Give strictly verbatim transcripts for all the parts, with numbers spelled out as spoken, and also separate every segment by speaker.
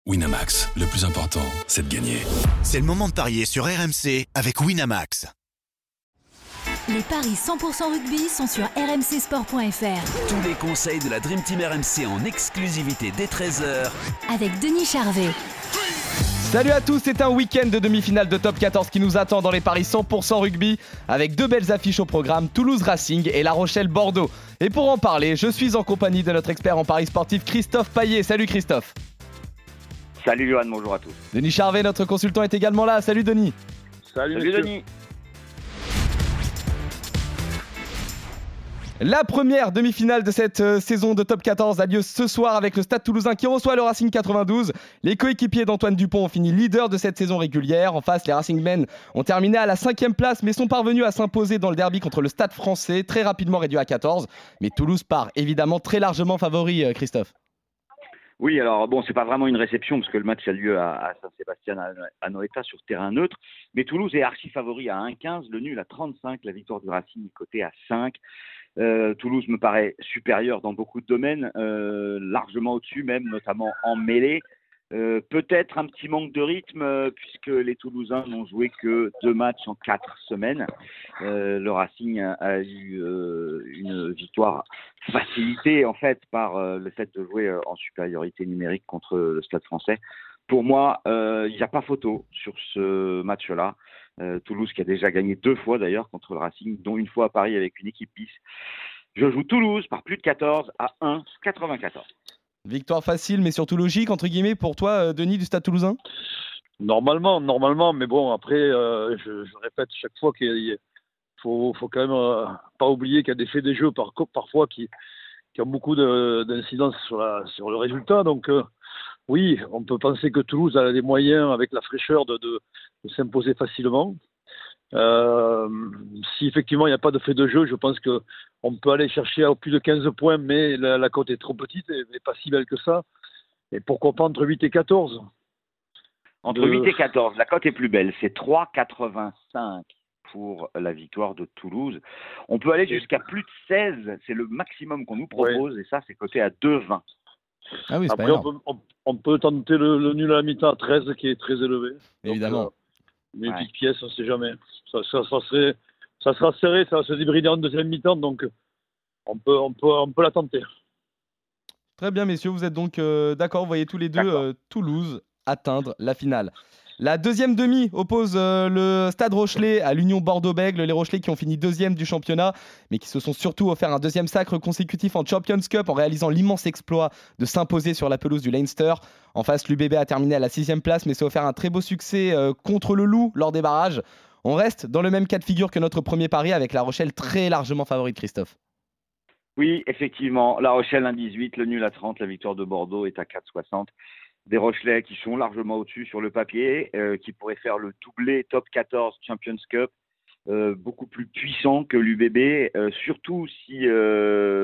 Speaker 1: Winamax, le plus important, c'est de gagner.
Speaker 2: C'est le moment de parier sur R M C avec Winamax.
Speaker 3: Les paris cent pour cent rugby sont sur r m c sport point f r.
Speaker 4: Tous les conseils de la Dream Team R M C en exclusivité dès treize heures
Speaker 3: avec Denis Charvet.
Speaker 5: Salut à tous, c'est un week-end de demi-finale de top quatorze qui nous attend dans les paris cent pour cent rugby avec deux belles affiches au programme, Toulouse Racing et La Rochelle Bordeaux. Et pour en parler, je suis en compagnie de notre expert en paris sportif Christophe Payet. Salut Christophe.
Speaker 6: Salut Johan, bonjour à tous.
Speaker 5: Denis Charvet, notre consultant, est également là. Salut Denis.
Speaker 6: Salut, Salut Denis.
Speaker 5: La première demi-finale de cette euh, saison de top quatorze a lieu ce soir avec le Stade Toulousain qui reçoit le Racing quatre-vingt-douze. Les coéquipiers d'Antoine Dupont ont fini leader de cette saison régulière. En face, les Racingmen ont terminé à la cinquième place mais sont parvenus à s'imposer dans le derby contre le Stade Français, très rapidement réduit à quatorze. Mais Toulouse part évidemment très largement favori, euh, Christophe.
Speaker 6: Oui, alors bon, c'est pas vraiment une réception parce que le match a lieu à, à Saint-Sébastien à, à Noeta sur terrain neutre. Mais Toulouse est archi favori à un virgule quinze, le nul à trente-cinq, la victoire du Racing est cotée à cinq. Euh, Toulouse me paraît supérieur dans beaucoup de domaines, euh, largement au-dessus même, notamment en mêlée. Euh, peut-être un petit manque de rythme euh, puisque les Toulousains n'ont joué que deux matchs en quatre semaines. Euh, le Racing a, a eu euh, une victoire facilitée en fait par euh, le fait de jouer euh, en supériorité numérique contre le Stade Français. Pour moi, euh, il n'y a pas photo sur ce match-là. Euh, Toulouse qui a déjà gagné deux fois d'ailleurs contre le Racing, dont une fois à Paris avec une équipe bis. Je joue Toulouse par plus de quatorze à un virgule quatre-vingt-quatorze.
Speaker 5: Victoire facile mais surtout logique entre guillemets pour toi, Denis, du Stade Toulousain?
Speaker 7: Normalement, normalement, mais bon après, euh, je, je répète chaque fois qu'il faut, faut quand même euh, pas oublier qu'il y a des faits des jeux par, parfois qui, qui ont beaucoup de, d'incidence sur, la, sur le résultat. Donc euh, oui, on peut penser que Toulouse a les moyens avec la fraîcheur de, de, de s'imposer facilement. Euh, si effectivement il n'y a pas de fait de jeu, je pense qu'on peut aller chercher à plus de quinze points, mais la, la cote est trop petite et, et pas si belle que ça. Et pourquoi pas entre huit et quatorze?
Speaker 6: Entre de... huit et quatorze, la cote est plus belle, c'est trois virgule quatre-vingt-cinq pour la victoire de Toulouse. On peut aller jusqu'à plus de seize, c'est le maximum qu'on nous propose, oui. Et ça c'est coté à deux virgule vingt.
Speaker 5: Ah oui, c'est
Speaker 7: Après,
Speaker 5: pas
Speaker 7: on peut, on, on peut tenter le, le nul à la mi-temps à treize qui est très élevé.
Speaker 5: Évidemment.
Speaker 7: Donc, euh, Une ouais. petite pièce, on ne sait jamais. Ça, ça, ça, serait, ça sera serré, ça va se débrider en deuxième mi-temps, donc on peut, on peut, on peut la tenter.
Speaker 5: Très bien, messieurs, vous êtes donc euh, d'accord, vous voyez tous les deux euh, Toulouse atteindre la finale. La deuxième demi oppose euh, le Stade Rochelais à l'Union Bordeaux-Bègles. Les Rochelais qui ont fini deuxième du championnat, mais qui se sont surtout offert un deuxième sacre consécutif en Champions Cup en réalisant l'immense exploit de s'imposer sur la pelouse du Leinster. En face, l'U B B a terminé à la sixième place, mais s'est offert un très beau succès euh, contre le Loup lors des barrages. On reste dans le même cas de figure que notre premier pari avec La Rochelle très largement favorite, Christophe.
Speaker 6: Oui, effectivement, La Rochelle un virgule dix-huit, le nul à trente, la victoire de Bordeaux est à quatre virgule soixante. Des Rochelais qui sont largement au-dessus sur le papier, euh, qui pourraient faire le doublé top quatorze Champions Cup, euh, beaucoup plus puissant que l'U B B, euh, surtout si euh,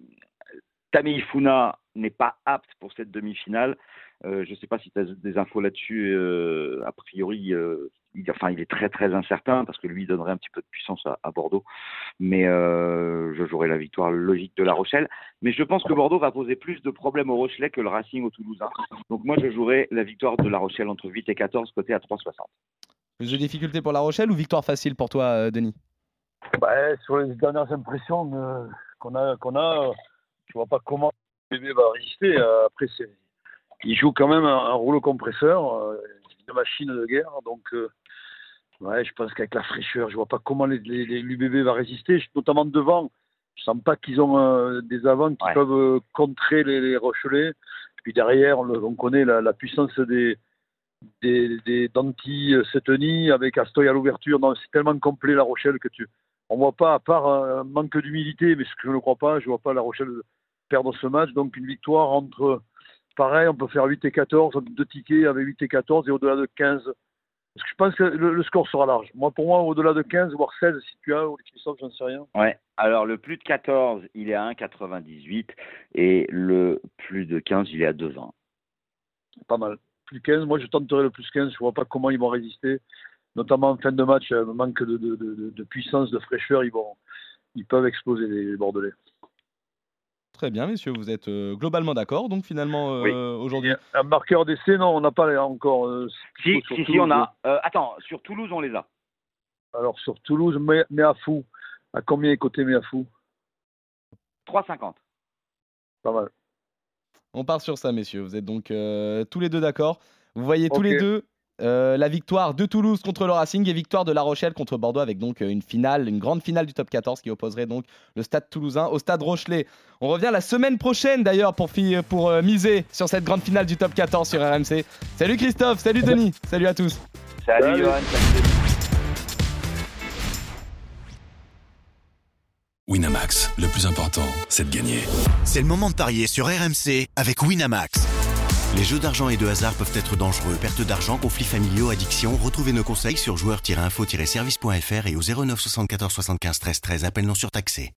Speaker 6: Tammy Funa n'est pas apte pour cette demi-finale. Euh, je ne sais pas si tu as des infos là-dessus. Euh, a priori, euh, il, enfin, il est très très incertain parce que lui donnerait un petit peu de puissance à, à Bordeaux. Mais euh, je jouerai la victoire logique de La Rochelle. Mais je pense que Bordeaux va poser plus de problèmes au Rochelais que le Racing au Toulousain. Donc moi, je jouerai la victoire de La Rochelle entre huit et quatorze, côté à trois virgule soixante.
Speaker 5: Jeu de difficulté pour La Rochelle ou victoire facile pour toi, Denis?
Speaker 7: Bah, sur les dernières impressions euh, qu'on a, qu'on a, je vois pas comment le bébé va résister. Euh, après, c'est, il joue quand même un, un rouleau compresseur, euh, une machine de guerre. Donc, euh, ouais, je pense qu'avec la fraîcheur, je vois pas comment les, les, les, l'U B B va résister, notamment devant. Je sens pas qu'ils ont euh, des avants qui ouais. peuvent euh, contrer les, les Rochelais. Puis derrière, on, on connaît la, la puissance des des, des Danti Seteni avec Astoy à l'ouverture. Non, c'est tellement complet La Rochelle que tu on voit pas, à part un manque d'humilité, mais ce que je ne crois pas, je vois pas La Rochelle perdre ce match. Donc une victoire entre, pareil, on peut faire huit et quatorze, deux tickets avec huit et quatorze et au-delà de quinze. Parce que je pense que le, le score sera large. Moi, pour moi, au-delà de quinze, voire seize, si tu as, ou Christophe, j'en sais rien.
Speaker 6: Ouais. Alors, le plus de quatorze, il est à un virgule quatre-vingt-dix-huit et le plus de quinze, il est à deux virgule vingt.
Speaker 7: Pas mal. Plus quinze, moi, je tenterai le plus quinze. Je vois pas comment ils vont résister. Notamment en fin de match, un manque de, de, de, de puissance, de fraîcheur, ils, vont, ils peuvent exploser les Bordelais.
Speaker 5: Très bien, messieurs, vous êtes euh, globalement d'accord, donc finalement, euh,
Speaker 6: Oui.
Speaker 5: aujourd'hui.
Speaker 7: Un marqueur d'essai, non, on n'a pas les- encore. euh,
Speaker 6: Si,
Speaker 7: sur
Speaker 6: si, si,
Speaker 7: Toulouse.
Speaker 6: on a. Euh, attends, sur Toulouse, on les a.
Speaker 7: Alors sur Toulouse, mais, mais à fou. À combien est coté Méafou?
Speaker 6: trois cinquante.
Speaker 7: Pas mal.
Speaker 5: On part sur ça, messieurs. Vous êtes donc euh, tous les deux d'accord. Vous voyez tous
Speaker 7: Ok.
Speaker 5: les deux euh, la victoire de Toulouse contre le Racing et victoire de La Rochelle contre Bordeaux avec donc euh, une finale, une grande finale du top quatorze qui opposerait donc le Stade Toulousain au Stade Rochelet. On revient la semaine prochaine d'ailleurs pour, fi- pour euh, miser sur cette grande finale du top quatorze sur R M C. Salut Christophe, salut Denis, salut à tous.
Speaker 6: Salut,
Speaker 7: Salut.
Speaker 6: Johan. Salut, Denis.
Speaker 1: Winamax, le plus important, c'est de gagner.
Speaker 2: C'est le moment de parier sur R M C avec Winamax. Les jeux d'argent et de hasard peuvent être dangereux. Perte d'argent, conflits familiaux, addiction. Retrouvez nos conseils sur joueurs tiret info tiret service point f r et au zéro neuf soixante-quatorze soixante-quinze treize treize. Appel non surtaxé.